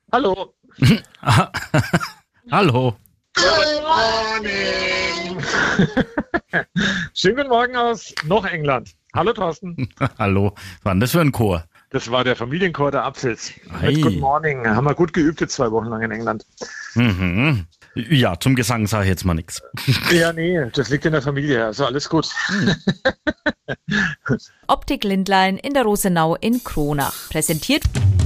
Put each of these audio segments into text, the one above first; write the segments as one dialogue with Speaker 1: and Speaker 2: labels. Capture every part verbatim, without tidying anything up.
Speaker 1: Hallo.
Speaker 2: Hallo.
Speaker 1: Good morning. Schönen guten Morgen aus noch England. Hallo Thorsten.
Speaker 2: Hallo. Was war denn das für ein Chor?
Speaker 1: Das war der Familienchor der Apfels.
Speaker 2: Hey.
Speaker 1: Mit Good Morning. Haben wir gut geübt jetzt zwei Wochen lang in England.
Speaker 2: Mhm. Ja, zum Gesang sage ich jetzt mal nichts.
Speaker 1: Ja, nee, das liegt in der Familie. Also alles gut.
Speaker 2: Hm.
Speaker 3: Optik Lindlein in der Rosenau in Kronach. Präsentiert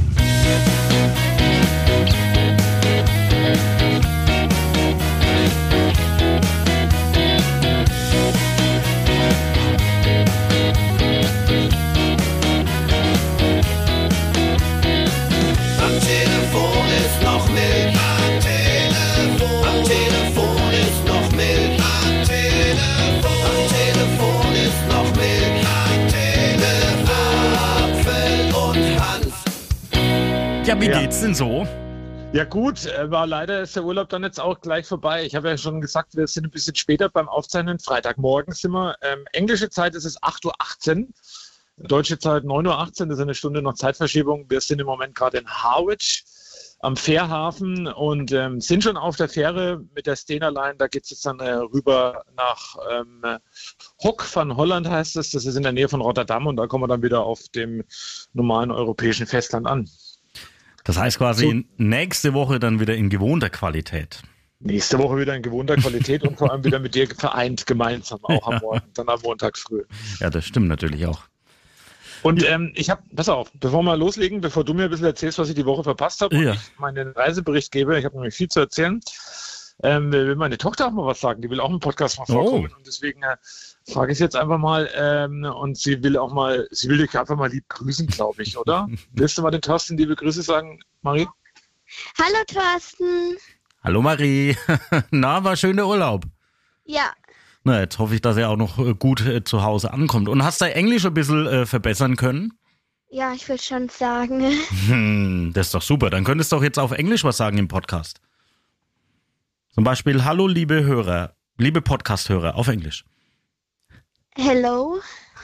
Speaker 2: Ja, wie
Speaker 1: Ja.
Speaker 2: geht's denn so?
Speaker 1: Ja gut, aber leider ist der Urlaub dann jetzt auch gleich vorbei. Ich habe ja schon gesagt, wir sind ein bisschen später beim Aufzeichnen. Freitagmorgen sind wir. Ähm, englische Zeit ist es acht Uhr achtzehn. Deutsche Zeit neun Uhr achtzehn. Das ist eine Stunde noch Zeitverschiebung. Wir sind im Moment gerade in Harwich am Fährhafen und ähm, sind schon auf der Fähre mit der Stena Line. Da geht es jetzt dann äh, rüber nach ähm, Hoek van Holland heißt es. Das ist in der Nähe von Rotterdam und da kommen wir dann wieder auf dem normalen europäischen Festland an.
Speaker 2: Das heißt quasi
Speaker 1: So.
Speaker 2: nächste Woche dann wieder in gewohnter Qualität.
Speaker 1: Nächste Woche wieder in gewohnter Qualität und vor allem wieder mit dir vereint gemeinsam, auch am Morgen, dann am Montag früh.
Speaker 2: Ja, das stimmt natürlich auch.
Speaker 1: Und ähm, ich habe, pass auf, bevor wir loslegen, bevor du mir ein bisschen erzählst, was ich die Woche verpasst habe
Speaker 2: Ja.
Speaker 1: und ich meinen Reisebericht gebe, ich habe nämlich viel zu erzählen, ähm, will meine Tochter auch mal was sagen, die will auch im Podcast mal vorkommen und deswegen äh, frage ich es jetzt einfach mal ähm, und sie will auch mal, sie will dich einfach mal lieb grüßen, glaube ich, oder? Willst du mal den Thorsten liebe Grüße sagen, Marie?
Speaker 4: Hallo Thorsten.
Speaker 2: Hallo Marie. Na, war schön der Urlaub.
Speaker 4: Ja,
Speaker 2: Na, jetzt hoffe ich, dass er auch noch äh, gut äh, zu Hause ankommt. Und hast du Englisch ein bisschen äh, verbessern können?
Speaker 4: ja, ich würde schon sagen.
Speaker 2: Hm, das ist doch super. Dann könntest du doch jetzt auf Englisch was sagen im Podcast. Zum Beispiel, hallo liebe Hörer, liebe Podcast-Hörer auf Englisch.
Speaker 4: Hello.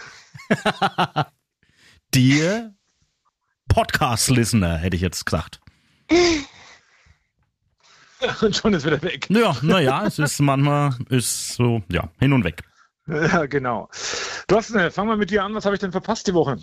Speaker 2: Dear Podcast-Listener, hätte ich jetzt gesagt.
Speaker 1: Und schon ist wieder weg.
Speaker 2: Ja, naja, es ist manchmal, ist so, ja, hin und weg.
Speaker 1: Ja, genau. Thorsten, äh, fangen wir mit dir an. Was habe ich denn verpasst die Woche?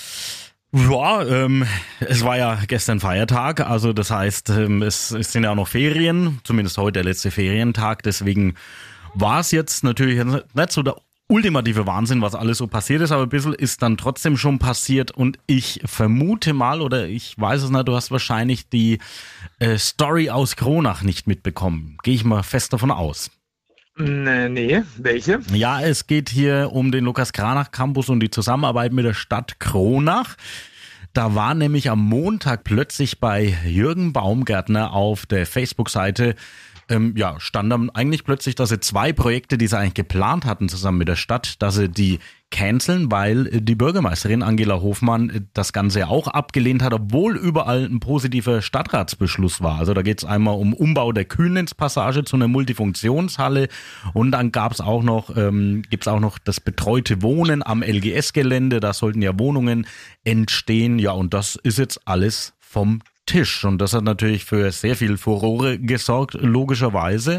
Speaker 2: Ja, ähm, es war ja gestern Feiertag, also das heißt, ähm, es, es sind ja auch noch Ferien, zumindest heute der letzte Ferientag, deswegen war es jetzt natürlich nicht so der ultimative Wahnsinn, was alles so passiert ist, aber ein bisschen ist dann trotzdem schon passiert und ich vermute mal, oder ich weiß es nicht, du hast wahrscheinlich die äh, Story aus Kronach nicht mitbekommen, gehe ich mal fest davon aus.
Speaker 1: Nee, nee, welche?
Speaker 2: Ja, es geht hier um den Lukas-Cranach-Campus und die Zusammenarbeit mit der Stadt Kronach. Da war nämlich am Montag plötzlich bei Jürgen Baumgärtner auf der Facebook-Seite, ähm, ja, stand dann eigentlich plötzlich, dass sie zwei Projekte, die sie eigentlich geplant hatten zusammen mit der Stadt, dass sie die canceln, weil die Bürgermeisterin Angela Hofmann das Ganze ja auch abgelehnt hat, obwohl überall ein positiver Stadtratsbeschluss war. Also da geht es einmal um Umbau der Kühlnetz-Passage zu einer Multifunktionshalle und dann gab es auch noch, ähm, gibt's auch noch das betreute Wohnen am L G S-Gelände. Da sollten ja Wohnungen entstehen. Ja, und das ist jetzt alles vom Tisch. Und das hat natürlich für sehr viel Furore gesorgt, logischerweise.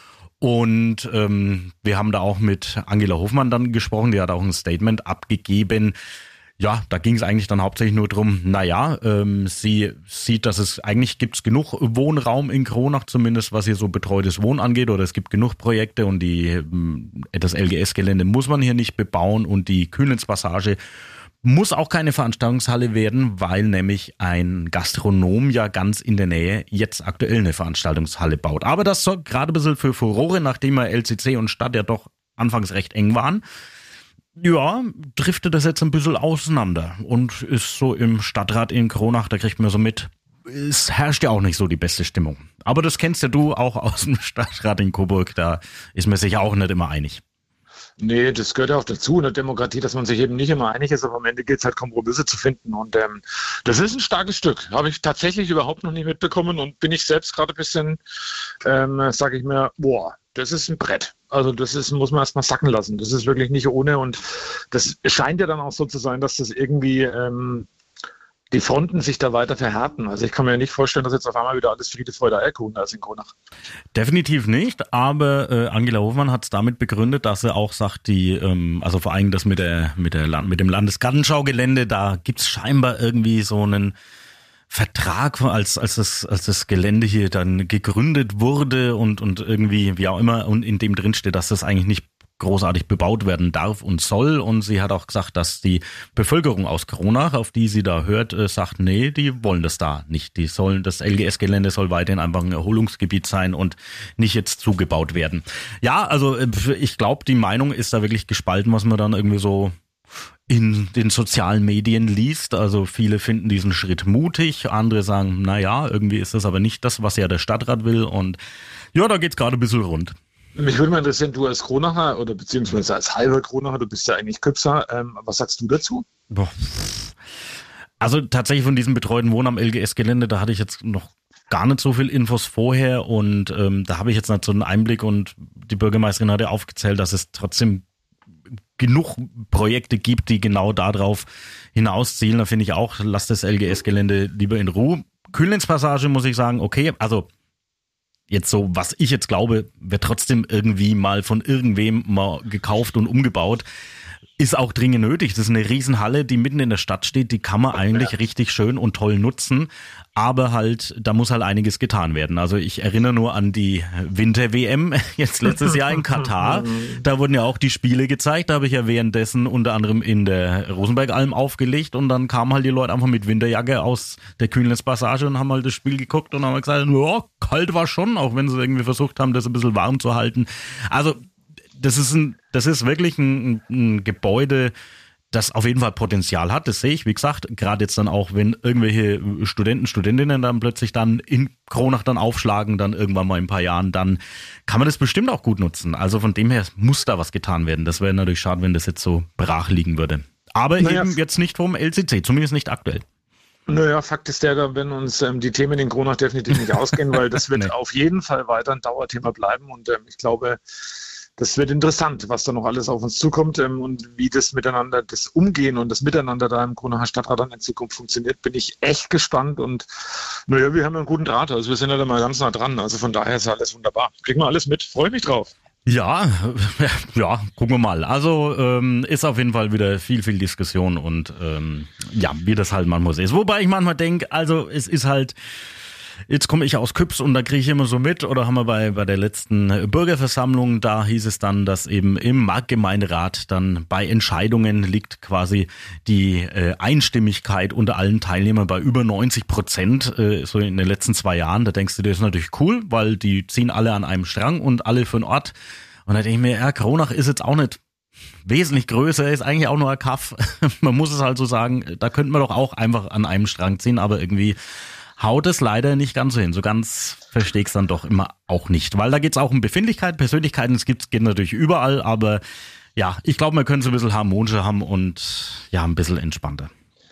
Speaker 2: Und ähm, wir haben da auch mit Angela Hofmann dann gesprochen, die hat auch ein Statement abgegeben. Ja, da ging es eigentlich dann hauptsächlich nur drum, naja, ähm, sie sieht, dass es eigentlich gibt es genug Wohnraum in Kronach, zumindest was hier so betreutes Wohnen angeht, oder es gibt genug Projekte und die ähm, das L G S-Gelände muss man hier nicht bebauen und die Kühlnetz-Passage muss auch keine Veranstaltungshalle werden, weil nämlich ein Gastronom ja ganz in der Nähe jetzt aktuell eine Veranstaltungshalle baut. Aber das sorgt gerade ein bisschen für Furore, nachdem ja L C C und Stadt ja doch anfangs recht eng waren. Ja, driftet das jetzt ein bisschen auseinander und ist so im Stadtrat in Kronach, da kriegt man so mit, es herrscht ja auch nicht so die beste Stimmung. Aber das kennst ja du auch aus dem Stadtrat in Coburg, da ist man sich auch nicht immer einig.
Speaker 1: Nee, das gehört ja auch dazu in der Demokratie, dass man sich eben nicht immer einig ist, aber am Ende gilt es halt, Kompromisse zu finden. Und ähm, das ist ein starkes Stück. Habe ich tatsächlich überhaupt noch nicht mitbekommen und bin ich selbst gerade ein bisschen, ähm, sage ich mir, boah, das ist ein Brett. Also das ist, muss man erstmal sacken lassen. Das ist wirklich nicht ohne und das scheint ja dann auch so zu sein, dass das irgendwie ähm, die Fronten sich da weiter verhärten. Also ich kann mir nicht vorstellen, dass jetzt auf einmal wieder alles Friede, Freude, Eierkuchen da ist in Kronach.
Speaker 2: Definitiv nicht, aber äh, Angela Hofmann hat es damit begründet, dass sie auch sagt, die, ähm, also vor allem das mit der mit der Land, mit dem Landesgartenschaugelände, da gibt's scheinbar irgendwie so einen Vertrag, als als das als das Gelände hier dann gegründet wurde und und irgendwie wie auch immer und in dem drin steht, dass das eigentlich nicht großartig bebaut werden darf und soll. Und sie hat auch gesagt, dass die Bevölkerung aus Kronach, auf die sie da hört, äh, sagt, nee, die wollen das da nicht. Die sollen, das L G S-Gelände soll weiterhin einfach ein Erholungsgebiet sein und nicht jetzt zugebaut werden. Ja, also ich glaube, die Meinung ist da wirklich gespalten, was man dann irgendwie so in den sozialen Medien liest. Also viele finden diesen Schritt mutig, andere sagen, na ja, irgendwie ist das aber nicht das, was ja der Stadtrat will. Und ja, da geht's gerade ein bisschen rund.
Speaker 1: Mich würde mal interessieren, du als Kronacher oder beziehungsweise als halber Kronacher, du bist ja eigentlich Küpser, ähm, was sagst du dazu?
Speaker 2: Boah. Also tatsächlich von diesem betreuten Wohnen am L G S-Gelände, da hatte ich jetzt noch gar nicht so viel Infos vorher und ähm, da habe ich jetzt nicht so einen Einblick und die Bürgermeisterin hat ja aufgezählt, dass es trotzdem genug Projekte gibt, die genau darauf hinauszielen. Da finde ich auch, lasst das L G S-Gelände lieber in Ruhe. Kühlnitzpassage muss ich sagen, okay, also jetzt so, was ich jetzt glaube, wird trotzdem irgendwie mal von irgendwem mal gekauft und umgebaut. Ist auch dringend nötig. Das ist eine Riesenhalle, die mitten in der Stadt steht. Die kann man eigentlich ja richtig schön und toll nutzen. Aber halt, da muss halt einiges getan werden. Also ich erinnere nur an die Winter-W M, jetzt letztes Jahr in Katar. Da wurden ja auch die Spiele gezeigt. Da habe ich ja währenddessen unter anderem in der Rosenbergalm aufgelegt. Und dann kamen halt die Leute einfach mit Winterjacke aus der Kühlnitzpassage und haben halt das Spiel geguckt und haben gesagt, ja, kalt war schon, auch wenn sie irgendwie versucht haben, das ein bisschen warm zu halten. Also Das ist ein, das ist wirklich ein, ein Gebäude, das auf jeden Fall Potenzial hat. Das sehe ich, wie gesagt, gerade jetzt dann auch, wenn irgendwelche Studenten, Studentinnen dann plötzlich dann in Kronach dann aufschlagen, dann irgendwann mal in ein paar Jahren, dann kann man das bestimmt auch gut nutzen. Also von dem her muss da was getan werden. Das wäre natürlich schade, wenn das jetzt so brach liegen würde. Aber naja, eben jetzt nicht vom L C C, zumindest nicht aktuell.
Speaker 1: Naja, Fakt ist der, wenn uns ähm, die Themen in Kronach definitiv nicht ausgehen, weil das wird nee. auf jeden Fall weiter ein Dauerthema bleiben und ähm, ich glaube, das wird interessant, was da noch alles auf uns zukommt ähm, und wie das miteinander, das Umgehen und das Miteinander da im Kronacher Stadtrat dann in Zukunft funktioniert, bin ich echt gespannt und naja, wir haben einen guten Draht, also wir sind ja da mal ganz nah dran, also von daher ist alles wunderbar. Kriegen wir alles mit, freue mich drauf.
Speaker 2: Ja, ja, gucken wir mal. Also ähm, ist auf jeden Fall wieder viel, viel Diskussion und ähm, ja, wie das halt manchmal ist. Wobei ich manchmal denke, also es ist halt, jetzt komme ich aus Küps und da kriege ich immer so mit, oder haben wir bei bei der letzten Bürgerversammlung, da hieß es dann, dass eben im Marktgemeinderat dann bei Entscheidungen liegt quasi die äh, Einstimmigkeit unter allen Teilnehmern bei über neunzig Prozent, äh, so in den letzten zwei Jahren. Da denkst du, das ist natürlich cool, weil die ziehen alle an einem Strang und alle für den Ort. Und da denke ich mir, ja, Kronach ist jetzt auch nicht wesentlich größer, ist eigentlich auch nur ein Kaff. Man muss es halt so sagen, da könnte man doch auch einfach an einem Strang ziehen, aber irgendwie haut es leider nicht ganz so hin. So ganz verstehe ich es dann doch immer auch nicht. Weil da geht es auch um Befindlichkeit, Persönlichkeiten, es gibt, geht natürlich überall, aber ja, ich glaube, man könnte es ein bisschen harmonischer haben und ja, ein bisschen entspannter.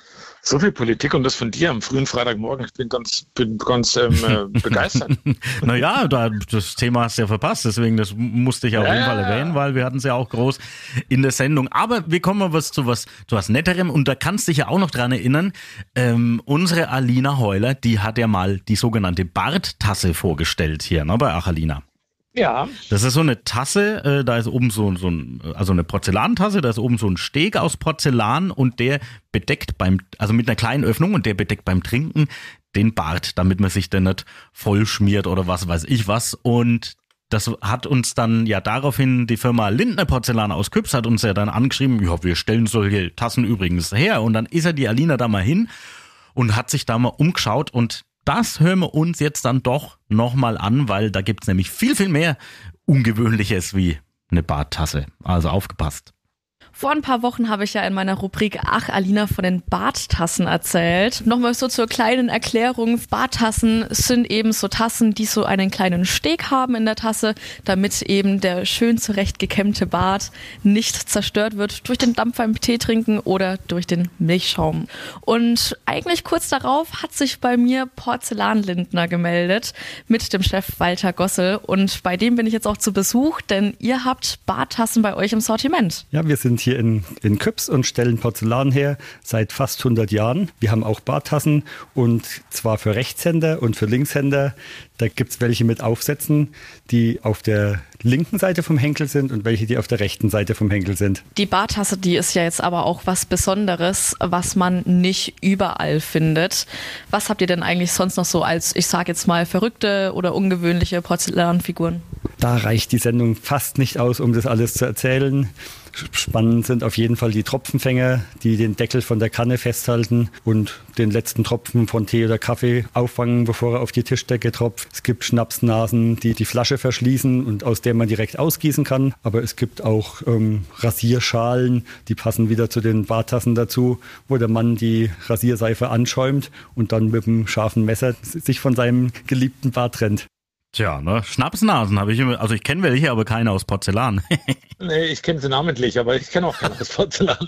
Speaker 1: So viel Politik und das von dir am frühen Freitagmorgen. Ich bin ganz, bin ganz ähm, begeistert.
Speaker 2: Naja, da, das Thema hast du ja verpasst, deswegen das musste ich auf jeden
Speaker 1: ja.
Speaker 2: Fall erwähnen, weil wir hatten es ja auch groß in der Sendung. Aber wir kommen mal was zu was zu was Netterem und da kannst du dich ja auch noch dran erinnern, ähm, unsere Alina Heuler, die hat ja mal die sogenannte Barttasse vorgestellt hier, ne, bei Ach Alina.
Speaker 1: Ja.
Speaker 2: Das ist so eine Tasse, äh, da ist oben so, so ein, also eine Porzellantasse, da ist oben so ein Steg aus Porzellan und der bedeckt beim, also mit einer kleinen Öffnung und der bedeckt beim Trinken den Bart, damit man sich dann nicht voll schmiert oder was weiß ich was. Und das hat uns dann ja daraufhin die Firma Lindner Porzellan aus Küps hat uns ja dann angeschrieben, ja, wir stellen solche Tassen übrigens her. Und dann ist ja die Alina da mal hin und hat sich da mal umgeschaut und das hören wir uns jetzt dann doch nochmal an, weil da gibt's nämlich viel, viel mehr Ungewöhnliches wie eine Barttasse. Also aufgepasst.
Speaker 5: Vor ein paar Wochen habe ich ja in meiner Rubrik Ach Alina von den Barttassen erzählt. Nochmal so zur kleinen Erklärung. Barttassen sind eben so Tassen, die so einen kleinen Steg haben in der Tasse, damit eben der schön zurecht gekämmte Bart nicht zerstört wird durch den Dampf beim Tee trinken oder durch den Milchschaum. Und eigentlich kurz darauf hat sich bei mir Porzellanlindner gemeldet mit dem Chef Walter Gossel. Und bei dem bin ich jetzt auch zu Besuch, denn ihr habt Barttassen bei euch im Sortiment.
Speaker 6: Ja, wir sind hier hier in, in Küps und stellen Porzellan her seit fast hundert Jahren. Wir haben auch Bartassen und zwar für Rechtshänder und für Linkshänder. Da gibt es welche mit Aufsätzen, die auf der linken Seite vom Henkel sind und welche, die auf der rechten Seite vom Henkel sind.
Speaker 5: Die Bartasse, die ist ja jetzt aber auch was Besonderes, was man nicht überall findet. Was habt ihr denn eigentlich sonst noch so als, ich sage jetzt mal, verrückte oder ungewöhnliche Porzellanfiguren?
Speaker 6: Da reicht die Sendung fast nicht aus, um das alles zu erzählen. Spannend sind auf jeden Fall die Tropfenfänger, die den Deckel von der Kanne festhalten und den letzten Tropfen von Tee oder Kaffee auffangen, bevor er auf die Tischdecke tropft. Es gibt Schnapsnasen, die die Flasche verschließen und aus der man direkt ausgießen kann. Aber es gibt auch ähm, Rasierschalen, die passen wieder zu den Bartassen dazu, wo der Mann die Rasierseife anschäumt und dann mit einem scharfen Messer sich von seinem geliebten Bart trennt.
Speaker 2: Tja, ne? Schnapsnasen habe ich immer, also ich kenne welche, aber keine aus Porzellan.
Speaker 1: Nee, ich kenne sie namentlich, aber ich kenne auch keine aus Porzellan.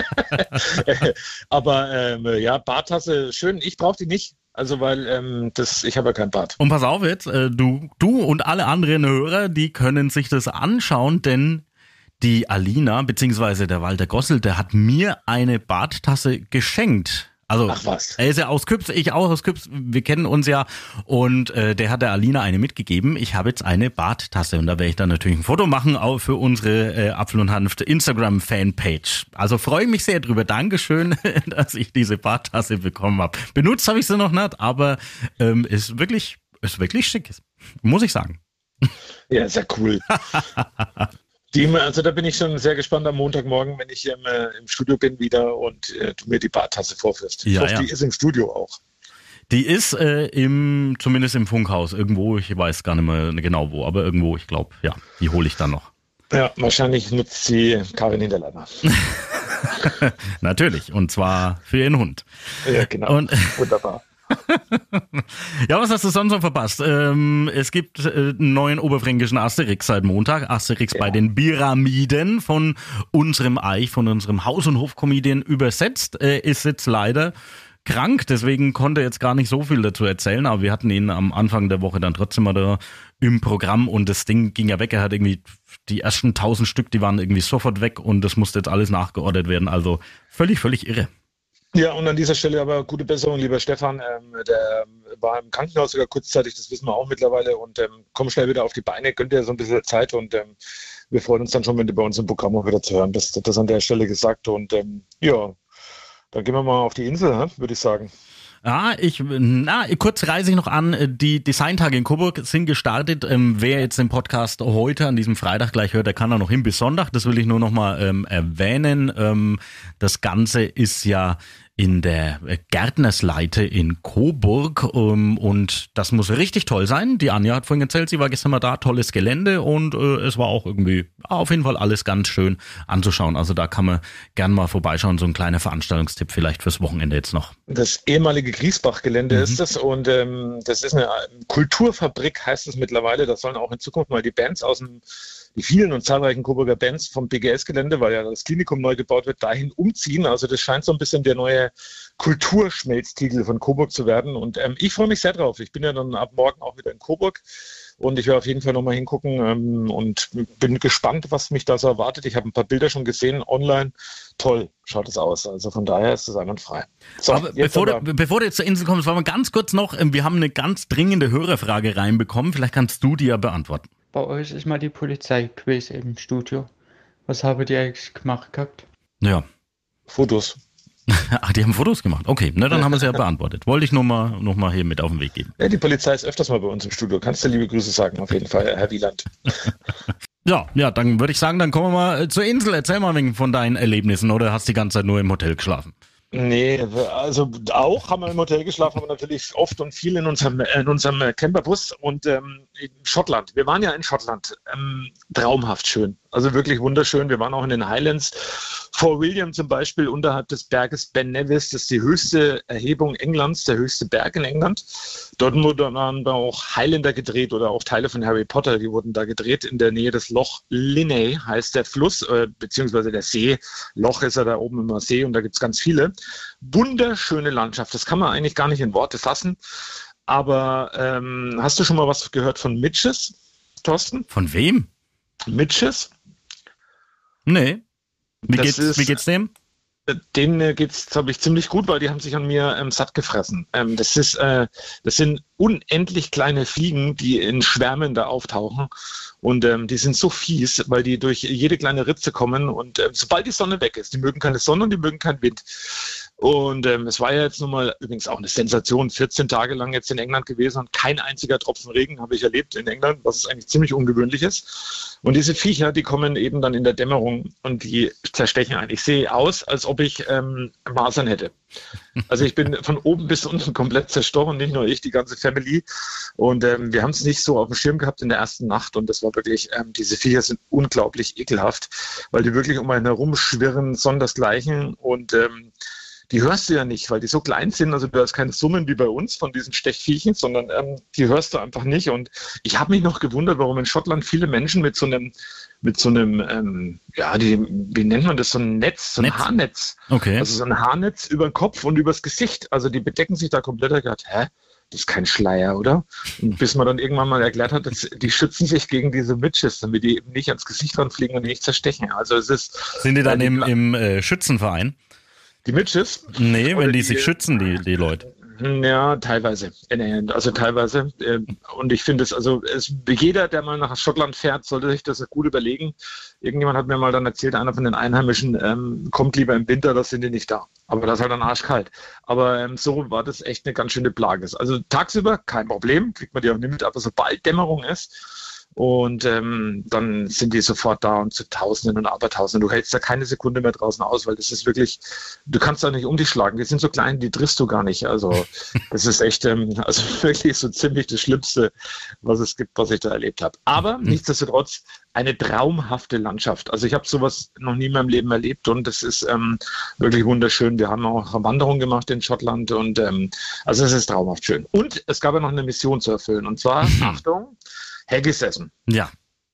Speaker 1: aber ähm, ja, Barttasse, schön, ich brauche die nicht. Also weil ähm, das, ich habe ja kein Bart.
Speaker 2: Und pass auf jetzt, äh, du, du und alle anderen Hörer, die können sich das anschauen, denn die Alina, beziehungsweise der Walter Gossel, der hat mir eine Barttasse geschenkt. Also,
Speaker 1: ach was.
Speaker 2: Er ist ja aus Küps, ich auch aus Küps, wir kennen uns ja und äh, der hat der Alina eine mitgegeben. Ich habe jetzt eine Barttasse und da werde ich dann natürlich ein Foto machen, auch für unsere äh, Apfel und Hanf Instagram-Fanpage. Also freue ich mich sehr drüber. Dankeschön, dass ich diese Barttasse bekommen habe. Benutzt habe ich sie noch nicht, aber ähm, ist wirklich, ist wirklich schick, muss ich sagen.
Speaker 1: Ja, sehr cool. Die, also da bin ich schon sehr gespannt am Montagmorgen, wenn ich ähm, im Studio bin wieder und äh, du mir die Bartasse vorführst.
Speaker 2: Ja,
Speaker 1: ich hoffe,
Speaker 2: ja.
Speaker 1: Die ist im Studio auch.
Speaker 2: Die ist äh, im, zumindest im Funkhaus irgendwo, ich weiß gar nicht mehr genau wo, aber irgendwo, ich glaube, ja, die hole ich dann noch. Ja,
Speaker 1: wahrscheinlich nutzt sie Karin Hinterleiner.
Speaker 2: Natürlich, und zwar für ihren Hund.
Speaker 1: Ja, genau.
Speaker 2: Und,
Speaker 1: wunderbar.
Speaker 2: Ja, was hast du sonst noch verpasst? Ähm, es gibt äh, einen neuen oberfränkischen Asterix seit Montag. Asterix ja. bei den Pyramiden von unserem Eich, von unserem Haus- und Hof-Comedian übersetzt. Äh, ist jetzt leider krank, deswegen konnte er jetzt gar nicht so viel dazu erzählen, aber wir hatten ihn am Anfang der Woche dann trotzdem mal da im Programm und das Ding ging ja weg. Er hat irgendwie die ersten tausend Stück, die waren irgendwie sofort weg und das musste jetzt alles nachgeordnet werden. Also völlig, völlig irre.
Speaker 1: Ja, und an dieser Stelle aber gute Besserung, lieber Stefan. Ähm, der war im Krankenhaus sogar kurzzeitig, das wissen wir auch mittlerweile. Und ähm, komm schnell wieder auf die Beine, gönnt dir so ein bisschen Zeit. Und ähm, wir freuen uns dann schon, wenn du bei uns im Programm auch wieder zu hören bist. Das an der Stelle gesagt. Und ähm, ja, dann gehen wir mal auf die Insel, würde ich sagen.
Speaker 2: Ja, ich, na, kurz reise ich noch an, die Designtage in Coburg sind gestartet. Ähm, wer jetzt den Podcast heute an diesem Freitag gleich hört, der kann da noch hin bis Sonntag. Das will ich nur noch mal ähm, erwähnen. Ähm, das Ganze ist ja in der Gärtnersleite in Coburg um, und das muss richtig toll sein. Die Anja hat vorhin erzählt, sie war gestern mal da, tolles Gelände und äh, es war auch irgendwie auf jeden Fall alles ganz schön anzuschauen. Also da kann man gern mal vorbeischauen, so ein kleiner Veranstaltungstipp vielleicht fürs Wochenende jetzt noch.
Speaker 1: Das ehemalige Griesbach-Gelände
Speaker 2: Mhm.
Speaker 1: ist das und ähm, das ist eine Kulturfabrik, heißt es mittlerweile. Da sollen auch in Zukunft mal die Bands aus dem die vielen und zahlreichen Coburger Bands vom B G S-Gelände, weil ja das Klinikum neu gebaut wird, dahin umziehen. Also das scheint so ein bisschen der neue Kulturschmelztiegel von Coburg zu werden. Und ähm, ich freue mich sehr drauf. Ich bin ja dann ab morgen auch wieder in Coburg und ich werde auf jeden Fall nochmal hingucken ähm, und bin gespannt, was mich da so erwartet. Ich habe ein paar Bilder schon gesehen online. Toll schaut es aus. Also von daher ist es einwandfrei. So,
Speaker 2: aber bevor, aber du, bevor du jetzt zur Insel kommst, wollen wir ganz kurz noch, wir haben eine ganz dringende Hörerfrage reinbekommen. Vielleicht kannst du die ja beantworten.
Speaker 7: Bei euch ist mal die Polizei gewesen im Studio. Was haben die eigentlich gemacht gehabt?
Speaker 2: Ja.
Speaker 1: Fotos.
Speaker 2: Ach, die haben Fotos gemacht. Okay, ne, dann haben wir es ja beantwortet. Wollte ich nur mal, noch mal hier mit auf den Weg geben.
Speaker 1: Ja, die Polizei ist öfters mal bei uns im Studio. Kannst du liebe Grüße sagen, auf jeden Fall, Herr Wieland.
Speaker 2: Ja, ja, dann würde ich sagen, dann kommen wir mal zur Insel. Erzähl mal wegen von deinen Erlebnissen oder hast die ganze Zeit nur im Hotel geschlafen?
Speaker 1: Nee, also auch haben wir im Hotel geschlafen, aber natürlich oft und viel in unserem, in unserem Camperbus und ähm, in Schottland. Wir waren ja in Schottland. Ähm, traumhaft schön. Also wirklich wunderschön. Wir waren auch in den Highlands. Fort William zum Beispiel unterhalb des Berges Ben Nevis. Das ist die höchste Erhebung Englands, der höchste Berg in England. Dort wurden dann auch Highlander gedreht oder auch Teile von Harry Potter, die wurden da gedreht in der Nähe des Loch Linney, heißt der Fluss, äh, beziehungsweise der See. Loch ist ja da oben immer See und da gibt es ganz viele. Wunderschöne Landschaft, das kann man eigentlich gar nicht in Worte fassen. Aber ähm, hast du schon mal was gehört von Mitches, Thorsten?
Speaker 2: Von wem?
Speaker 1: Mitches?
Speaker 2: Nee. Wie geht's, ist, wie geht's dem?
Speaker 1: Denen geht's, glaube ich, ziemlich gut, weil die haben sich an mir ähm, satt gefressen. Ähm, das ist, äh, das sind unendlich kleine Fliegen, die in Schwärmen da auftauchen. Und ähm, die sind so fies, weil die durch jede kleine Ritze kommen. Und ähm, sobald die Sonne weg ist, die mögen keine Sonne und die mögen keinen Wind. Und ähm, es war ja jetzt nun mal übrigens auch eine Sensation, vierzehn Tage lang jetzt in England gewesen und kein einziger Tropfen Regen habe ich erlebt in England, was eigentlich ziemlich ungewöhnlich ist. Und diese Viecher, die kommen eben dann in der Dämmerung und die zerstechen einen. Ich sehe aus, als ob ich ähm, Masern hätte. Also ich bin von oben bis unten komplett zerstochen, nicht nur ich, die ganze Family. Und ähm, wir haben es nicht so auf dem Schirm gehabt in der ersten Nacht. Und das war wirklich, ähm, diese Viecher sind unglaublich ekelhaft, weil die wirklich um einen herumschwirren, sondersgleichen. Und ähm, die hörst du ja nicht, weil die so klein sind. Also du hast keine Summen wie bei uns von diesen Stechviechen, sondern ähm, die hörst du einfach nicht. Und ich habe mich noch gewundert, warum in Schottland viele Menschen mit so einem, mit so einem, ähm, ja, die, wie nennt man das, so ein Netz, so ein
Speaker 2: Netz?
Speaker 1: Haarnetz.
Speaker 2: Okay.
Speaker 1: Also so ein Haarnetz über den Kopf und übers Gesicht. Also die bedecken sich da komplett. Ich dachte, hä? Das ist kein Schleier, oder? Und bis man dann irgendwann mal erklärt hat, dass die schützen sich gegen diese Witches, damit die eben nicht ans Gesicht ranfliegen und nicht zerstechen. Also es ist.
Speaker 2: Sind die dann
Speaker 1: äh,
Speaker 2: im, im äh, Schützenverein?
Speaker 1: Die Witches?
Speaker 2: Nee, wenn die,
Speaker 1: die
Speaker 2: sich schützen, die, die Leute.
Speaker 1: Ja, teilweise. Also teilweise. Und ich finde es, also es, jeder, der mal nach Schottland fährt, sollte sich das gut überlegen. Irgendjemand hat mir mal dann erzählt, einer von den Einheimischen, ähm, kommt lieber im Winter, da sind die nicht da. Aber das ist halt dann arschkalt. Aber ähm, so war das echt eine ganz schöne Plage. Also tagsüber kein Problem, kriegt man die auch nicht mit, aber sobald Dämmerung ist, und ähm, dann sind die sofort da und zu Tausenden und Abertausenden. Du hältst da keine Sekunde mehr draußen aus, weil das ist wirklich, du kannst da nicht um dich schlagen. Die sind so klein, die triffst du gar nicht. Also das ist echt, ähm, also wirklich so ziemlich das Schlimmste, was es gibt, was ich da erlebt habe. Aber nichtsdestotrotz eine traumhafte Landschaft. Also ich habe sowas noch nie in meinem Leben erlebt und das ist ähm, wirklich wunderschön. Wir haben auch eine Wanderung gemacht in Schottland und ähm, also es ist traumhaft schön. Und es gab ja noch eine Mission zu erfüllen und zwar, Achtung, Haggis essen.
Speaker 2: Ja.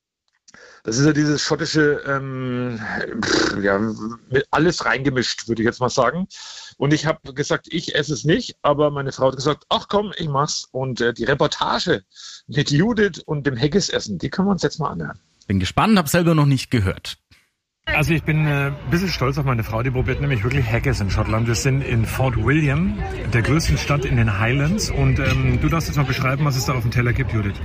Speaker 1: Das ist ja dieses schottische, ähm, ja, mit alles reingemischt, würde ich jetzt mal sagen. Und ich habe gesagt, ich esse es nicht, aber meine Frau hat gesagt, ach komm, ich mach's. Und äh, die Reportage mit Judith und dem Haggis essen, die können wir uns jetzt mal anhören.
Speaker 2: Bin gespannt, habe selber noch nicht gehört.
Speaker 8: Also ich bin äh, ein bisschen stolz auf meine Frau, die probiert nämlich wirklich Haggis in Schottland. Wir sind in Fort William, der größten Stadt in den Highlands. Und ähm, du darfst jetzt mal beschreiben, was es da auf dem Teller gibt, Judith.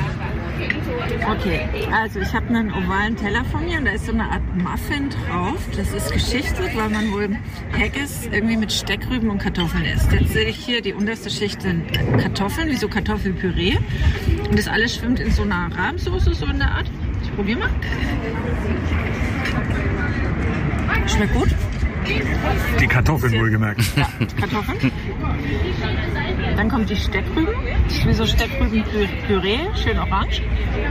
Speaker 9: Okay, also ich habe einen ovalen Teller von mir und da ist so eine Art Muffin drauf. Das ist geschichtet, weil man wohl Haggis irgendwie mit Steckrüben und Kartoffeln isst. Jetzt sehe ich hier die unterste Schicht sind Kartoffeln, wie so Kartoffelpüree. Und das alles schwimmt in so einer Rahmsoße, so in der Art. Ich probiere mal. Schmeckt gut.
Speaker 8: Die Kartoffeln wohlgemerkt.
Speaker 9: Ja, Kartoffeln. Dann kommt die Steckrüben. Das ist wie so Steckrübenpüree, schön orange.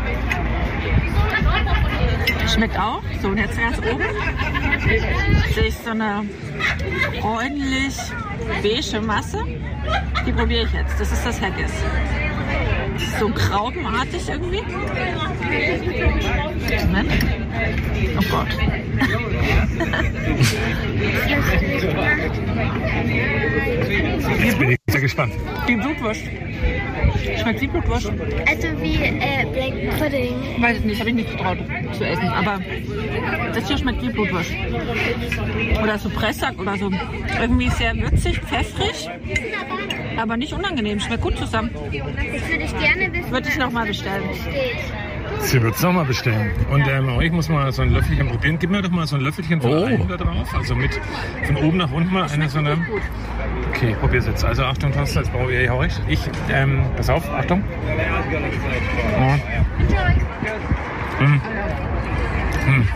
Speaker 9: Schmeckt auch. So, und jetzt ganz oben sehe ich so eine bräunlich beige Masse. Die probiere ich jetzt. Das ist das Haggis. Das ist so krautenartig irgendwie. Moment. Oh Gott.
Speaker 8: Jetzt bin ich sehr gespannt.
Speaker 9: Wie Blutwurst. Schmeckt wie Blutwurst.
Speaker 4: Also wie äh, Black Pudding.
Speaker 9: Weiß ich nicht, habe ich nicht getraut zu essen. Aber das hier schmeckt wie Blutwurst. Oder so Pressack oder so. Irgendwie sehr würzig, pfeffrig. Aber nicht unangenehm. Schmeckt gut zusammen.
Speaker 4: Das würde ich gerne wissen.
Speaker 9: Würde ich nochmal bestellen.
Speaker 8: Sie wird es nochmal bestellen. Und ähm, ich muss mal so ein Löffelchen probieren. Gib mir doch mal so ein Löffelchen von
Speaker 2: Oh.
Speaker 8: einem da drauf. Also mit von oben nach unten mal eine so eine. Okay, ich probiere es jetzt. Also Achtung, Thorsten, jetzt brauche ich auch recht. Ich, ähm, pass auf, Achtung. Oh. Hm. Hm.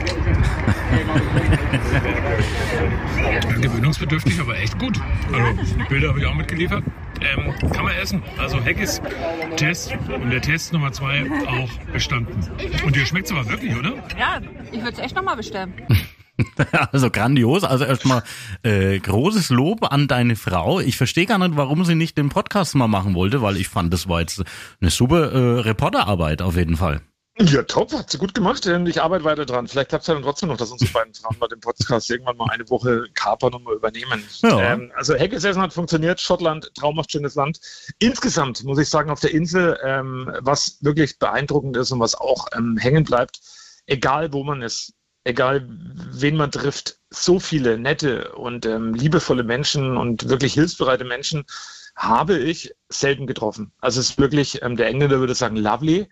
Speaker 8: Gewöhnungsbedürftig, aber echt gut. Also die Bilder habe ich auch mitgeliefert. Ähm, kann man essen. Also Haggis Test und der Test Nummer zwei auch bestanden. Und dir schmeckt es aber wirklich, oder?
Speaker 9: Ja, ich würde es echt nochmal bestellen.
Speaker 2: Also grandios. Also erstmal äh, großes Lob an deine Frau. Ich verstehe gar nicht, warum sie nicht den Podcast mal machen wollte, weil ich fand, das war jetzt eine super äh, Reporterarbeit auf jeden Fall.
Speaker 1: Ja, top, hat sie gut gemacht. Ich arbeite weiter dran. Vielleicht klappt es ja dann trotzdem noch, dass unsere beiden Frauen mal den Podcast irgendwann mal eine Woche kapern und mal übernehmen.
Speaker 2: Ja.
Speaker 1: Ähm, also Haggis essen hat funktioniert. Schottland, traumhaft schönes Land. Insgesamt muss ich sagen, auf der Insel, ähm, was wirklich beeindruckend ist und was auch ähm, hängen bleibt, egal wo man ist, egal wen man trifft, so viele nette und ähm, liebevolle Menschen und wirklich hilfsbereite Menschen habe ich selten getroffen. Also es ist wirklich, ähm, der Engländer würde sagen, lovely,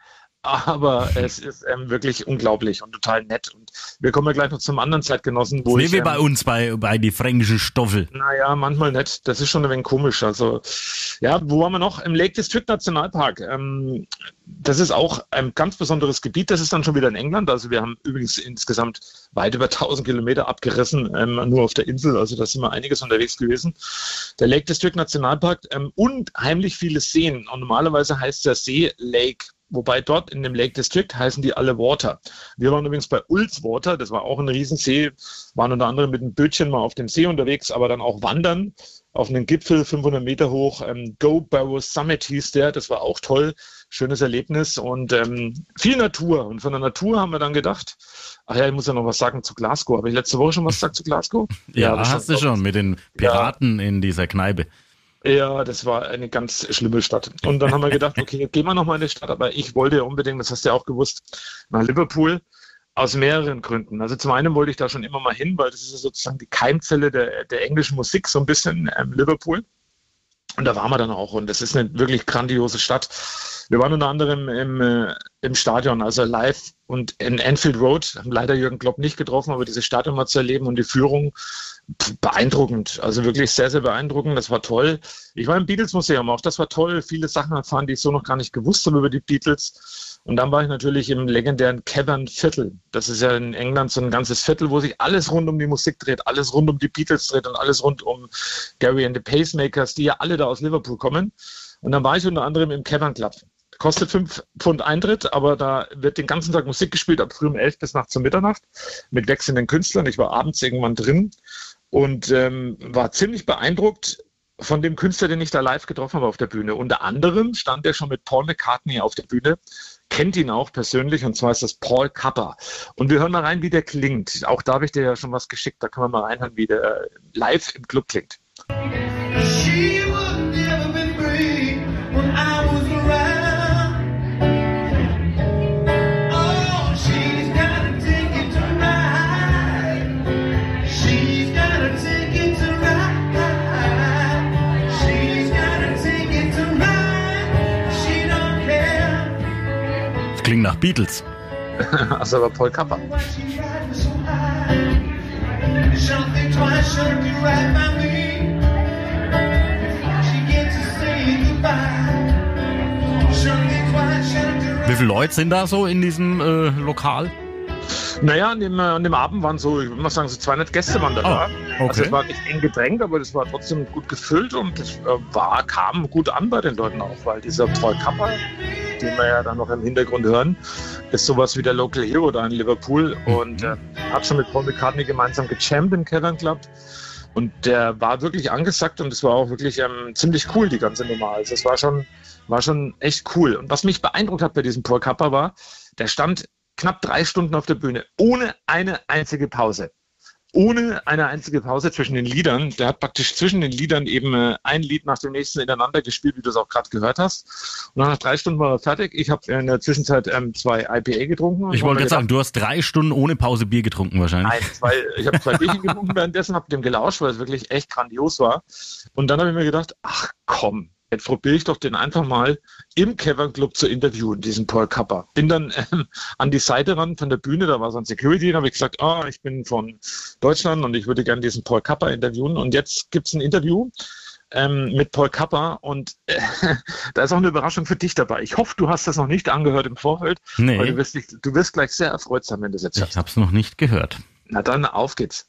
Speaker 1: aber es ist ähm, wirklich unglaublich und total nett. Und wir kommen ja gleich noch zum anderen Zeitgenossen, wo
Speaker 2: nee,
Speaker 1: ich...
Speaker 2: wie
Speaker 1: ähm,
Speaker 2: bei uns, bei, bei die fränkischen Stoffel.
Speaker 1: Naja, manchmal nicht. Das ist schon ein wenig komisch. Also, ja, wo waren wir noch? Im Lake District Nationalpark. Ähm, das ist auch ein ganz besonderes Gebiet. Das ist dann schon wieder in England. Also wir haben übrigens insgesamt weit über tausend Kilometer abgerissen, ähm, nur auf der Insel. Also da sind wir einiges unterwegs gewesen. Der Lake District Nationalpark, ähm, unheimlich viele Seen. Und normalerweise heißt der See Lake. Wobei dort in dem Lake District heißen die alle Water. Wir waren übrigens bei Ullswater, das war auch ein Riesensee, waren unter anderem mit einem Bötchen mal auf dem See unterwegs, aber dann auch wandern auf einen Gipfel, fünfhundert Meter hoch. Ähm, Go Barrow Summit hieß der, das war auch toll, schönes Erlebnis und ähm, viel Natur. Und von der Natur haben wir dann gedacht, ach ja, ich muss ja noch was sagen zu Glasgow. Habe ich letzte Woche schon was gesagt zu Glasgow?
Speaker 2: Ja, ja hast du schon, mit den Piraten ja. in dieser Kneipe.
Speaker 1: Ja, das war eine ganz schlimme Stadt. Und dann haben wir gedacht, okay, gehen wir nochmal in die Stadt. Aber ich wollte ja unbedingt, das hast du ja auch gewusst, nach Liverpool aus mehreren Gründen. Also zum einen wollte ich da schon immer mal hin, weil das ist ja sozusagen die Keimzelle der, der englischen Musik, so ein bisschen ähm, Liverpool. Und da waren wir dann auch. Und das ist eine wirklich grandiose Stadt. Wir waren unter anderem im, äh, im Stadion, also live und in Anfield Road. Haben leider Jürgen Klopp nicht getroffen, aber dieses Stadion mal zu erleben und die Führung, pff, beeindruckend. Also wirklich sehr, sehr beeindruckend. Das war toll. Ich war im Beatles-Museum, auch das war toll. Viele Sachen erfahren, die ich so noch gar nicht gewusst habe über die Beatles. Und dann war ich natürlich im legendären Cavern Viertel. Das ist ja in England so ein ganzes Viertel, wo sich alles rund um die Musik dreht, alles rund um die Beatles dreht und alles rund um Gary and the Pacemakers, die ja alle da aus Liverpool kommen. Und dann war ich unter anderem im Cavern Club. Kostet fünf Pfund Eintritt, aber da wird den ganzen Tag Musik gespielt, ab früh um elf bis nachts um Mitternacht mit wechselnden Künstlern. Ich war abends irgendwann drin und ähm, war ziemlich beeindruckt von dem Künstler, den ich da live getroffen habe auf der Bühne. Unter anderem stand er schon mit Paul McCartney auf der Bühne, kennt ihn auch persönlich, und zwar ist das Paul Kappa. Und wir hören mal rein, wie der klingt. Auch da habe ich dir ja schon was geschickt, da können wir mal reinhören, wie der live im Club klingt. She would never been free when I was around.
Speaker 2: Klingt nach Beatles.
Speaker 1: Also aber Paul Kappa.
Speaker 2: Wie viele Leute sind da so in diesem äh, Lokal?
Speaker 1: Naja, an dem, an dem Abend waren so, ich würde mal sagen, so zweihundert Gäste waren da.
Speaker 2: Oh, okay.
Speaker 1: Also es war nicht eng gedrängt, aber das war trotzdem gut gefüllt und es äh, war, kam gut an bei den Leuten auch, weil dieser Paul Kappa, den wir ja dann noch im Hintergrund hören, ist sowas wie der Local Hero da in Liverpool und äh, hat schon mit Paul McCartney gemeinsam gejammt im Cavern Club. Und der war wirklich angesagt und es war auch wirklich ähm, ziemlich cool, die ganze Nummer. Also es war schon, war schon echt cool. Und was mich beeindruckt hat bei diesem Paul Kappa war, der stand knapp drei Stunden auf der Bühne, ohne eine einzige Pause. Ohne eine einzige Pause zwischen den Liedern. Der hat praktisch zwischen den Liedern eben äh, ein Lied nach dem nächsten ineinander gespielt, wie du es auch gerade gehört hast. Und nach drei Stunden war er fertig. Ich habe in der Zwischenzeit ähm, zwei I P A getrunken.
Speaker 2: Ich wollte gerade sagen, du hast drei Stunden ohne Pause Bier getrunken wahrscheinlich.
Speaker 1: Nein, zwei, ich habe zwei Bierchen getrunken währenddessen, habe dem gelauscht, weil es wirklich echt grandios war. Und dann habe ich mir gedacht, ach komm, jetzt probiere ich doch den einfach mal im Cavern Club zu interviewen, diesen Paul Kappa. Bin dann ähm, an die Seite ran von der Bühne, da war so ein Security, und habe ich gesagt, ah, ich bin von Deutschland und ich würde gerne diesen Paul Kappa interviewen. Und jetzt gibt es ein Interview ähm, mit Paul Kappa und äh, da ist auch eine Überraschung für dich dabei. Ich hoffe, du hast das noch nicht angehört im Vorfeld,
Speaker 2: nee.
Speaker 1: weil du wirst, dich, du wirst gleich sehr erfreut sein, wenn du es jetzt hörst.
Speaker 2: Ich habe es noch nicht gehört.
Speaker 1: Na dann, auf geht's.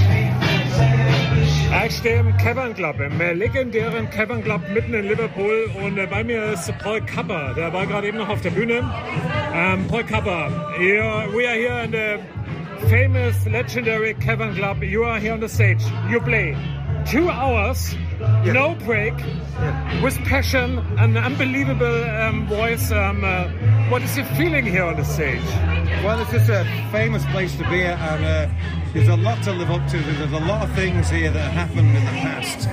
Speaker 8: Ich stehe im Cavern Club, im legendären Cavern Club mitten in Liverpool und äh, bei mir ist Paul Kappa, der war gerade eben noch auf der Bühne. Um, Paul Kappa, we are here in the famous legendary Cavern Club. You are here on the stage. You play two hours, yeah. no break, yeah. with passion, an unbelievable um, voice. Um, uh, what is your feeling here on the stage?
Speaker 10: Well, it's just a famous place to be at, and uh, there's a lot to live up to. There's a lot of things here that happened in the past.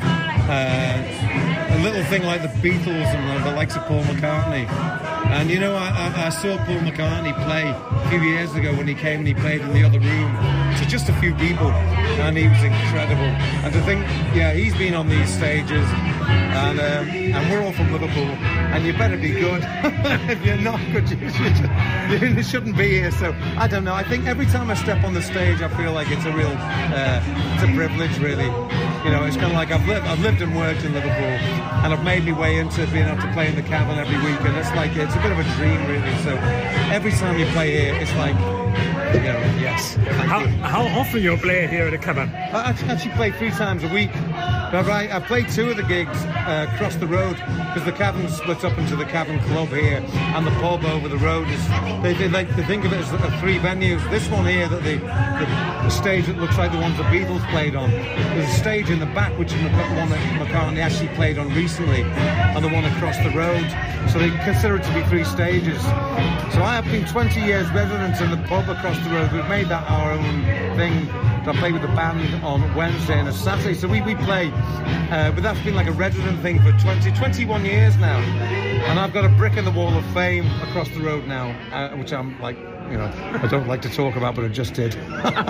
Speaker 10: Uh, a little thing like the Beatles and the, the likes of Paul McCartney. And you know, I, I, I saw Paul McCartney play a few years ago when he came and he played in the other room to just a few people, and he was incredible. And to think, yeah, he's been on these stages, and um, and we're all from Liverpool, and you better be good. If you're not good, you, should, you shouldn't be here. So I don't know. I think every time I step on the stage, I feel like it's a real, uh, it's a privilege, really. You know, it's kind of like I've lived, I've lived and worked in Liverpool, and I've made my way into being able to play in the Cavern every week, and it's like it's a bit of a dream, really. So every time you play here, it's like, you know, yes.
Speaker 8: How, how often you play here at the Cavern?
Speaker 10: I actually play three times a week. But I, I've played two of the gigs uh, across the road, because the Cavern split up into the Cavern Club here and the pub over the road. Is, they, they like to think of it as uh, three venues. This one here, that the, the, the stage that looks like the ones the Beatles played on. There's a stage in the back which is the one that McCartney actually played on recently, and the one across the road. So they consider it to be three stages. So I have been twenty years resident in the pub across the road. We've made that our own thing. I play with the band on Wednesday and a Saturday, so we, we play, uh, but that's been like a resident thing for twenty, twenty-one years now. And I've got a brick in the wall of fame across the road now, uh, which I'm like, you know, I don't like to talk about, but I just did.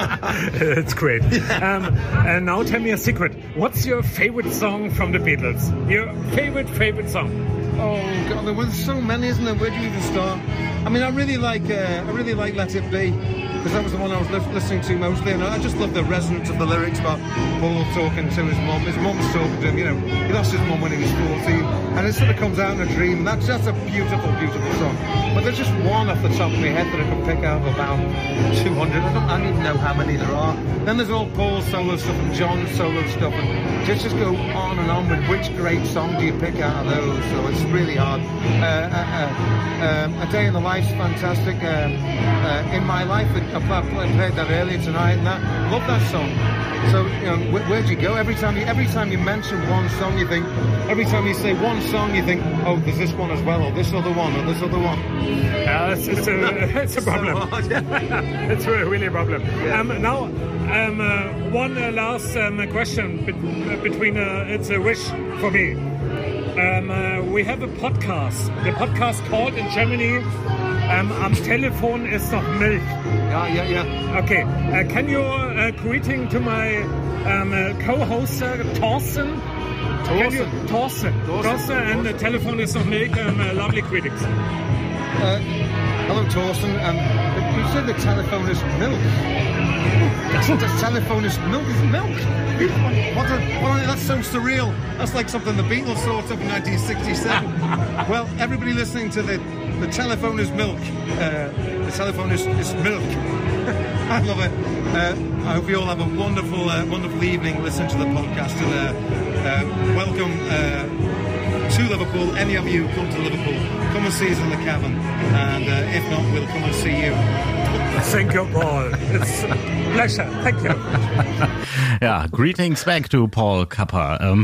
Speaker 8: It's great. Yeah. Um, and now tell me a secret. What's your favorite song from the Beatles? Your favorite, favorite song?
Speaker 10: Oh God, there was so many, isn't there? Where do you even start? I mean, I really like, uh, I really like Let It Be, because that was the one I was li- listening to mostly, and I just love the resonance of the lyrics about Paul talking to his mum. His mum's talking to him, you know, he lost his mum when he was fourteen, and it sort of comes out in a dream. That's that's a beautiful, beautiful song. But there's just one off the top of my head that I can pick out of about two hundred. I don't, I don't even know how many there are. Then there's all Paul's solo stuff and John's solo stuff, and just just go on and on with which great song do you pick out of those? So it's really hard. Uh, uh, uh, um, A Day in the Life's fantastic. Um, uh, in My Life, I played that earlier tonight, and that love that song. So you know, where, where'd you go? Every time you every time you mention one song, you think. Every time you say one song, you think, oh, there's this one as well, or this other one, or this other one.
Speaker 8: Yeah, it's, it's a it's a problem. So hard, yeah. It's really a problem. Yeah. Um, now, um, uh, one uh, last um, question be- between. Uh, it's a wish for me. Um, uh, we have a podcast. The podcast called in Germany um, Am Telefon ist noch Milch.
Speaker 10: Yeah, yeah, yeah.
Speaker 8: Okay. Uh, can you uh, greeting to my um, uh, co-host uh, Thorsten?
Speaker 10: Thorsten.
Speaker 8: Thorsten. Thorsten. And the telephone is noch Milch. Um, uh, lovely greetings.
Speaker 10: Uh, hello, Thorsten. Um, you said the telephone is milk. That's not the telephone is milk. Is milk. What a, what a, that's so surreal. That's like something the Beatles thought of in nineteen sixty-seven. Well, everybody listening to the the telephone is milk. Uh, the telephone is, is milk. I love it. Uh, I hope you all have a wonderful, uh, wonderful evening. Listen to the podcast, and uh, uh, welcome uh, to Liverpool. Any of you come to Liverpool, come and see us in the Cavern, and uh, if not, we'll come and see you.
Speaker 8: Thank you, Paul. It's a pleasure. Thank you.
Speaker 2: Ja, greetings back to Paul Kappa. Ähm,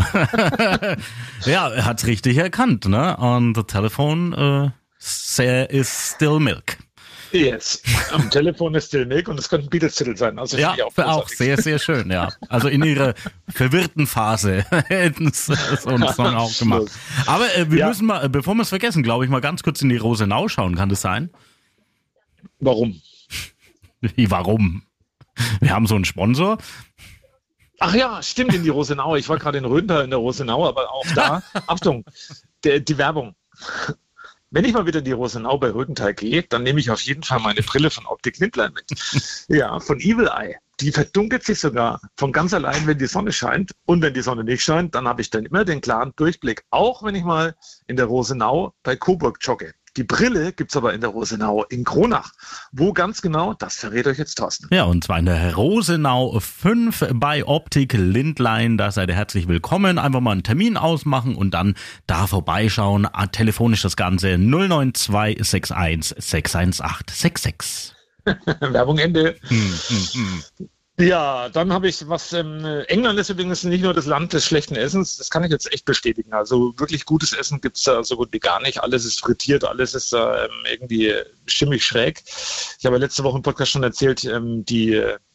Speaker 2: ja, er hat's richtig erkannt, ne? Und das Telefon äh, is still milk.
Speaker 1: Yes, am Telefon ist still milk, und das könnte ein Beatles-Titel sein. Also
Speaker 2: ja, auch, auch sehr, sehr schön, ja. Also in ihrer verwirrten Phase hätten sie so einen Song auch gemacht. Aber äh, wir ja. müssen mal, bevor wir es vergessen, glaube ich, mal ganz kurz in die Rosenau schauen. Kann das sein?
Speaker 1: Warum?
Speaker 2: Wie, warum? Wir haben so einen Sponsor.
Speaker 1: Ach ja, stimmt, in die Rosenau. Ich war gerade in Rönther in der Rosenau, aber auch da, Achtung, der, die Werbung. Wenn ich mal wieder in die Rosenau bei Röthental gehe, dann nehme ich auf jeden Fall meine Brille von Optik Lindlein mit. Ja, von Evil Eye. Die verdunkelt sich sogar von ganz allein, wenn die Sonne scheint. Und wenn die Sonne nicht scheint, dann habe ich dann immer den klaren Durchblick. Auch wenn ich mal in der Rosenau bei Coburg jogge. Die Brille gibt's aber in der Rosenau in Kronach. Wo ganz genau, das verrät euch jetzt Thorsten.
Speaker 2: Ja, und zwar in der Rosenau fünf bei Optik Lindlein. Da seid ihr herzlich willkommen. Einfach mal einen Termin ausmachen und dann da vorbeischauen. Telefonisch das Ganze null neun zwei sechs eins sechs eins acht sechs sechs.
Speaker 1: Werbung Ende.
Speaker 2: Hm, hm, hm.
Speaker 1: Ja, dann habe ich was, ähm, England ist übrigens nicht nur das Land des schlechten Essens, das kann ich jetzt echt bestätigen. Also wirklich gutes Essen gibt's da so gut wie gar nicht. Alles ist frittiert, alles ist äh, irgendwie schimmig schräg. Ich habe letzte Woche im Podcast schon erzählt, ähm, die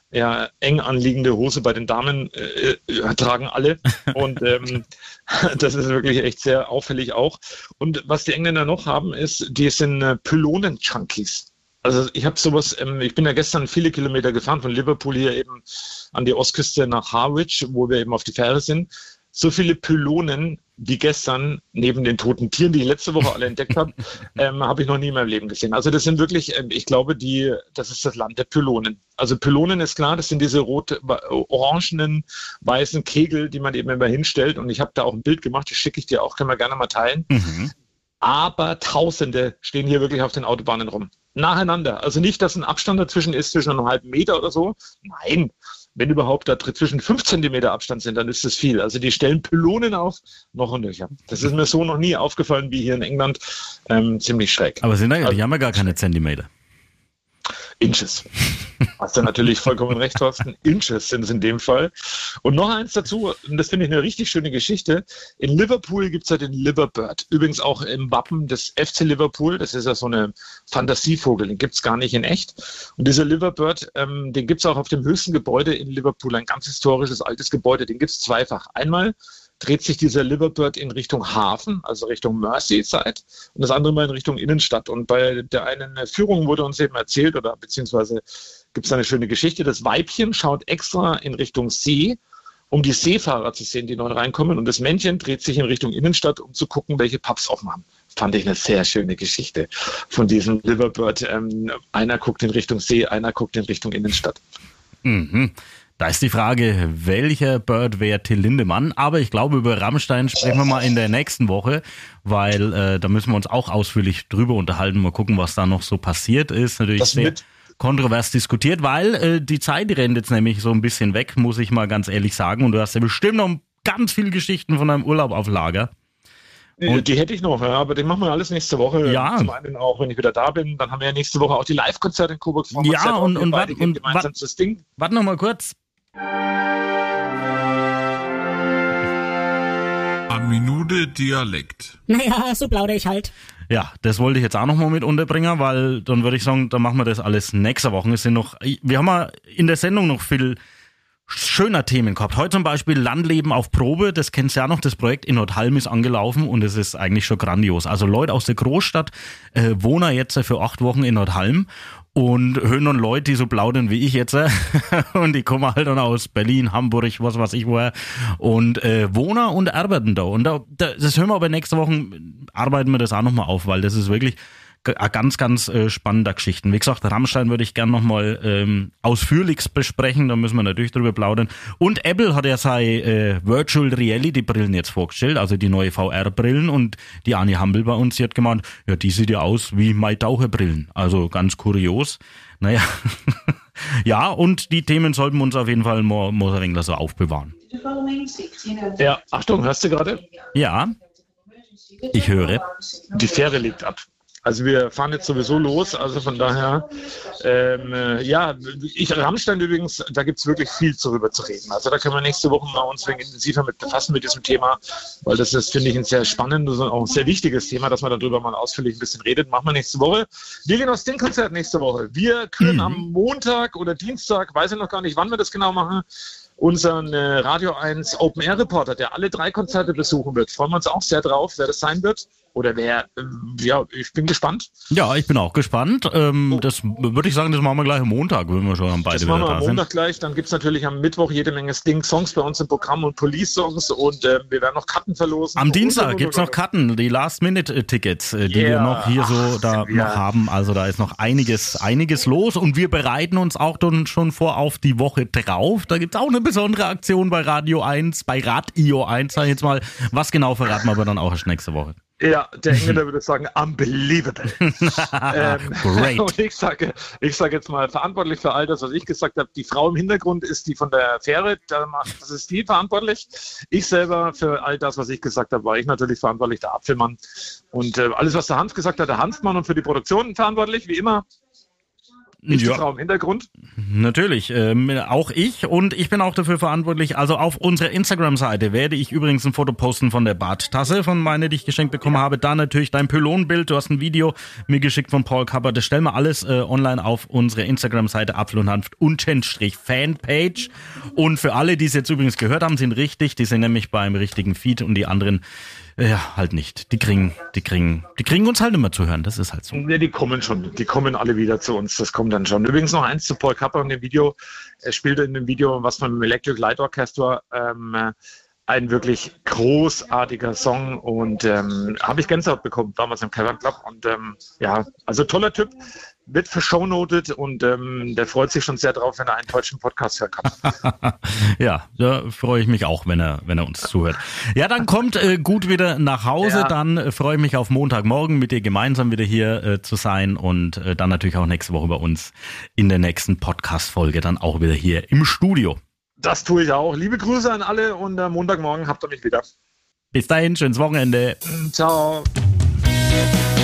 Speaker 1: ja, eng anliegende Hose bei den Damen äh, äh, tragen alle. Und ähm, das ist wirklich echt sehr auffällig auch. Und was die Engländer noch haben, ist, die sind äh, Pylonen-Junkies. Also ich habe sowas, ähm, ich bin ja gestern viele Kilometer gefahren von Liverpool hier eben an die Ostküste nach Harwich, wo wir eben auf die Fähre sind. So viele Pylonen wie gestern, neben den toten Tieren, die ich letzte Woche alle entdeckt habe, ähm, habe ich noch nie in meinem Leben gesehen. Also das sind wirklich, ähm, ich glaube, die, das ist das Land der Pylonen. Also Pylonen ist klar, das sind diese rot, orangenen, weißen Kegel, die man eben immer hinstellt. Und ich habe da auch ein Bild gemacht, das schicke ich dir auch, können wir gerne mal teilen. Mhm. Aber Tausende stehen hier wirklich auf den Autobahnen rum. Nacheinander. Also nicht, dass ein Abstand dazwischen ist, zwischen einem halben Meter oder so. Nein. Wenn überhaupt da zwischen fünf Zentimeter Abstand sind, dann ist das viel. Also die stellen Pylonen auf, noch und nöcher. Das ist mir so noch nie aufgefallen wie hier in England. Ähm, ziemlich schräg.
Speaker 2: Aber sind da,
Speaker 1: also,
Speaker 2: die haben ja gar keine Zentimeter.
Speaker 1: Inches. Hast du natürlich vollkommen recht, Thorsten. Inches sind es in dem Fall. Und noch eins dazu, und das finde ich eine richtig schöne Geschichte. In Liverpool gibt es ja den Liverbird. Übrigens auch im Wappen des F C Liverpool. Das ist ja so eine Fantasievogel, den gibt es gar nicht in echt. Und dieser Liverbird, ähm, den gibt es auch auf dem höchsten Gebäude in Liverpool. Ein ganz historisches, altes Gebäude. Den gibt es zweifach. Einmal dreht sich dieser Liverbird in Richtung Hafen, also Richtung Merseyside, und das andere mal in Richtung Innenstadt. Und bei der einen Führung wurde uns eben erzählt, oder beziehungsweise gibt es eine schöne Geschichte, das Weibchen schaut extra in Richtung See, um die Seefahrer zu sehen, die neu reinkommen, und das Männchen dreht sich in Richtung Innenstadt, um zu gucken, welche Pubs offen haben. Fand ich eine sehr schöne Geschichte von diesem Liverbird. Ähm, einer guckt in Richtung See, einer guckt in Richtung Innenstadt.
Speaker 2: Mhm. Da ist die Frage, welcher Bird wäre Till Lindemann? Aber ich glaube, über Rammstein sprechen wir mal in der nächsten Woche, weil äh, da müssen wir uns auch ausführlich drüber unterhalten. Mal gucken, was da noch so passiert ist. Natürlich das sehr mit. kontrovers diskutiert, weil äh, die Zeit rennt jetzt nämlich so ein bisschen weg, muss ich mal ganz ehrlich sagen. Und du hast ja bestimmt noch ganz viele Geschichten von deinem Urlaub auf Lager.
Speaker 1: Und die hätte ich noch, ja, aber den machen wir alles nächste Woche.
Speaker 2: Ja.
Speaker 1: Zum einen auch, wenn ich wieder da bin, dann haben wir ja nächste Woche auch die Live-Konzerte in Coburg.
Speaker 2: Ja, und, und, warte, und
Speaker 1: warte
Speaker 2: wart noch mal kurz.
Speaker 11: Eine Minute Dialekt.
Speaker 12: Naja, so plaudere ich halt.
Speaker 2: Ja, das wollte ich jetzt auch noch mal mit unterbringen, weil dann würde ich sagen, dann machen wir das alles nächste Woche. Es sind noch, wir haben ja in der Sendung noch viel schöner Themen gehabt. Heute zum Beispiel Landleben auf Probe, das kennst du ja noch, das Projekt in Nordhalm ist angelaufen und es ist eigentlich schon grandios. Also Leute aus der Großstadt äh, wohnen jetzt für acht Wochen in Nordhalm und hören dann Leute, die so plaudern wie ich jetzt und die kommen halt dann aus Berlin, Hamburg, was weiß ich woher und äh, wohnen und arbeiten da. Und da, das hören wir aber nächste Woche, arbeiten wir das auch nochmal auf, weil das ist wirklich ganz, ganz äh, spannender Geschichten. Wie gesagt, Rammstein würde ich gerne nochmal ähm, ausführlichst besprechen, da müssen wir natürlich drüber plaudern. Und Apple hat ja seine äh, Virtual Reality Brillen jetzt vorgestellt, also die neue V R-Brillen, und die Anni Hampel bei uns, die hat gemeint, ja, die sieht ja aus wie meine Taucherbrillen. Also ganz kurios. Naja, ja, und die Themen sollten wir uns auf jeden Fall mal, mal ein wenig so aufbewahren.
Speaker 1: Ja, Achtung, hörst du gerade?
Speaker 2: Ja, ich höre.
Speaker 1: Die Fähre legt ab. Also wir fahren jetzt sowieso los, also von daher, ähm, äh, ja, ich Rammstein übrigens, da gibt es wirklich viel darüber zu reden. Also da können wir nächste Woche mal uns ein wenig intensiver mit befassen mit diesem Thema, weil das ist, finde ich, ein sehr spannendes und auch ein sehr wichtiges Thema, dass man darüber mal ausführlich ein bisschen redet. Machen wir nächste Woche. Wir gehen aus dem Konzert nächste Woche. Wir können mhm. am Montag oder Dienstag, weiß ich noch gar nicht, wann wir das genau machen, unseren äh, Radio eins Open Air Reporter, der alle drei Konzerte besuchen wird. Freuen wir uns auch sehr drauf, wer das sein wird. Oder wer, äh, ja, ich bin gespannt.
Speaker 2: Ja, ich bin auch gespannt. Ähm, oh. Das würde ich sagen, das machen wir gleich am Montag, wenn wir schon am beide
Speaker 1: wieder da sind. Das machen wir am Montag
Speaker 2: sind.
Speaker 1: gleich. Dann gibt es natürlich am Mittwoch jede Menge Sting-Songs bei uns im Programm und Police-Songs und äh, wir werden noch Karten verlosen.
Speaker 2: Am Dienstag gibt es noch Karten, die Last-Minute-Tickets, äh, die yeah. wir noch hier so da ja. noch haben. Also da ist noch einiges, einiges los und wir bereiten uns auch dann schon vor auf die Woche drauf. Da gibt es auch eine besondere Aktion bei Radio eins, bei Radio eins, sag ich jetzt mal. Was genau verraten wir aber dann auch erst nächste Woche.
Speaker 1: Ja, der Engländer würde sagen, unbelievable. ähm,
Speaker 2: Great.
Speaker 1: Und ich sage, ich sage jetzt mal, verantwortlich für all das, was ich gesagt habe, die Frau im Hintergrund ist die von der Fähre, das ist die verantwortlich. Ich selber für all das, was ich gesagt habe, war ich natürlich verantwortlich, der Apfelmann. Und äh, alles, was der Hans gesagt hat, der Hanfmann, und für die Produktion verantwortlich, wie immer. Nicht
Speaker 2: Ja.
Speaker 1: die Frau im Hintergrund?
Speaker 2: Natürlich, ähm, auch ich und ich bin auch dafür verantwortlich. Also auf unserer Instagram-Seite werde ich übrigens ein Foto posten von der Barttasse, von meiner, die ich geschenkt bekommen habe. Da natürlich dein Pylonbild, du hast ein Video mir geschickt von Paul Kapper. Das stellen wir alles äh, online auf unsere Instagram-Seite Apfel und Hanf Unterstrich Fanpage. Und für alle, die es jetzt übrigens gehört haben, sind richtig. Die sind nämlich beim richtigen Feed und die anderen ja, halt nicht. Die kriegen, die kriegen, die kriegen uns halt immer zu hören. Das ist halt so.
Speaker 1: Ja, die kommen schon. Die kommen alle wieder zu uns. Das kommt dann schon. Übrigens noch eins zu Paul Kapper in dem Video. Er spielte in dem Video, was man mit dem Electric Light Orchestra, ähm, ein wirklich großartiger Song und ähm, habe ich Gänsehaut bekommen damals im Cavern Club. Und ähm, ja, also toller Typ. Wird verschonotet und ähm, der freut sich schon sehr drauf, wenn er einen deutschen Podcast hören kann.
Speaker 2: Ja, da freue ich mich auch, wenn er, wenn er uns zuhört. Ja, dann kommt äh, gut wieder nach Hause.
Speaker 1: Ja.
Speaker 2: Dann äh, freue ich mich auf Montagmorgen mit dir gemeinsam wieder hier äh, zu sein und äh, dann natürlich auch nächste Woche bei uns in der nächsten Podcast-Folge dann auch wieder hier im Studio.
Speaker 1: Das tue ich auch. Liebe Grüße an alle und äh, Montagmorgen habt ihr mich wieder.
Speaker 2: Bis dahin, schönes Wochenende.
Speaker 1: Ciao.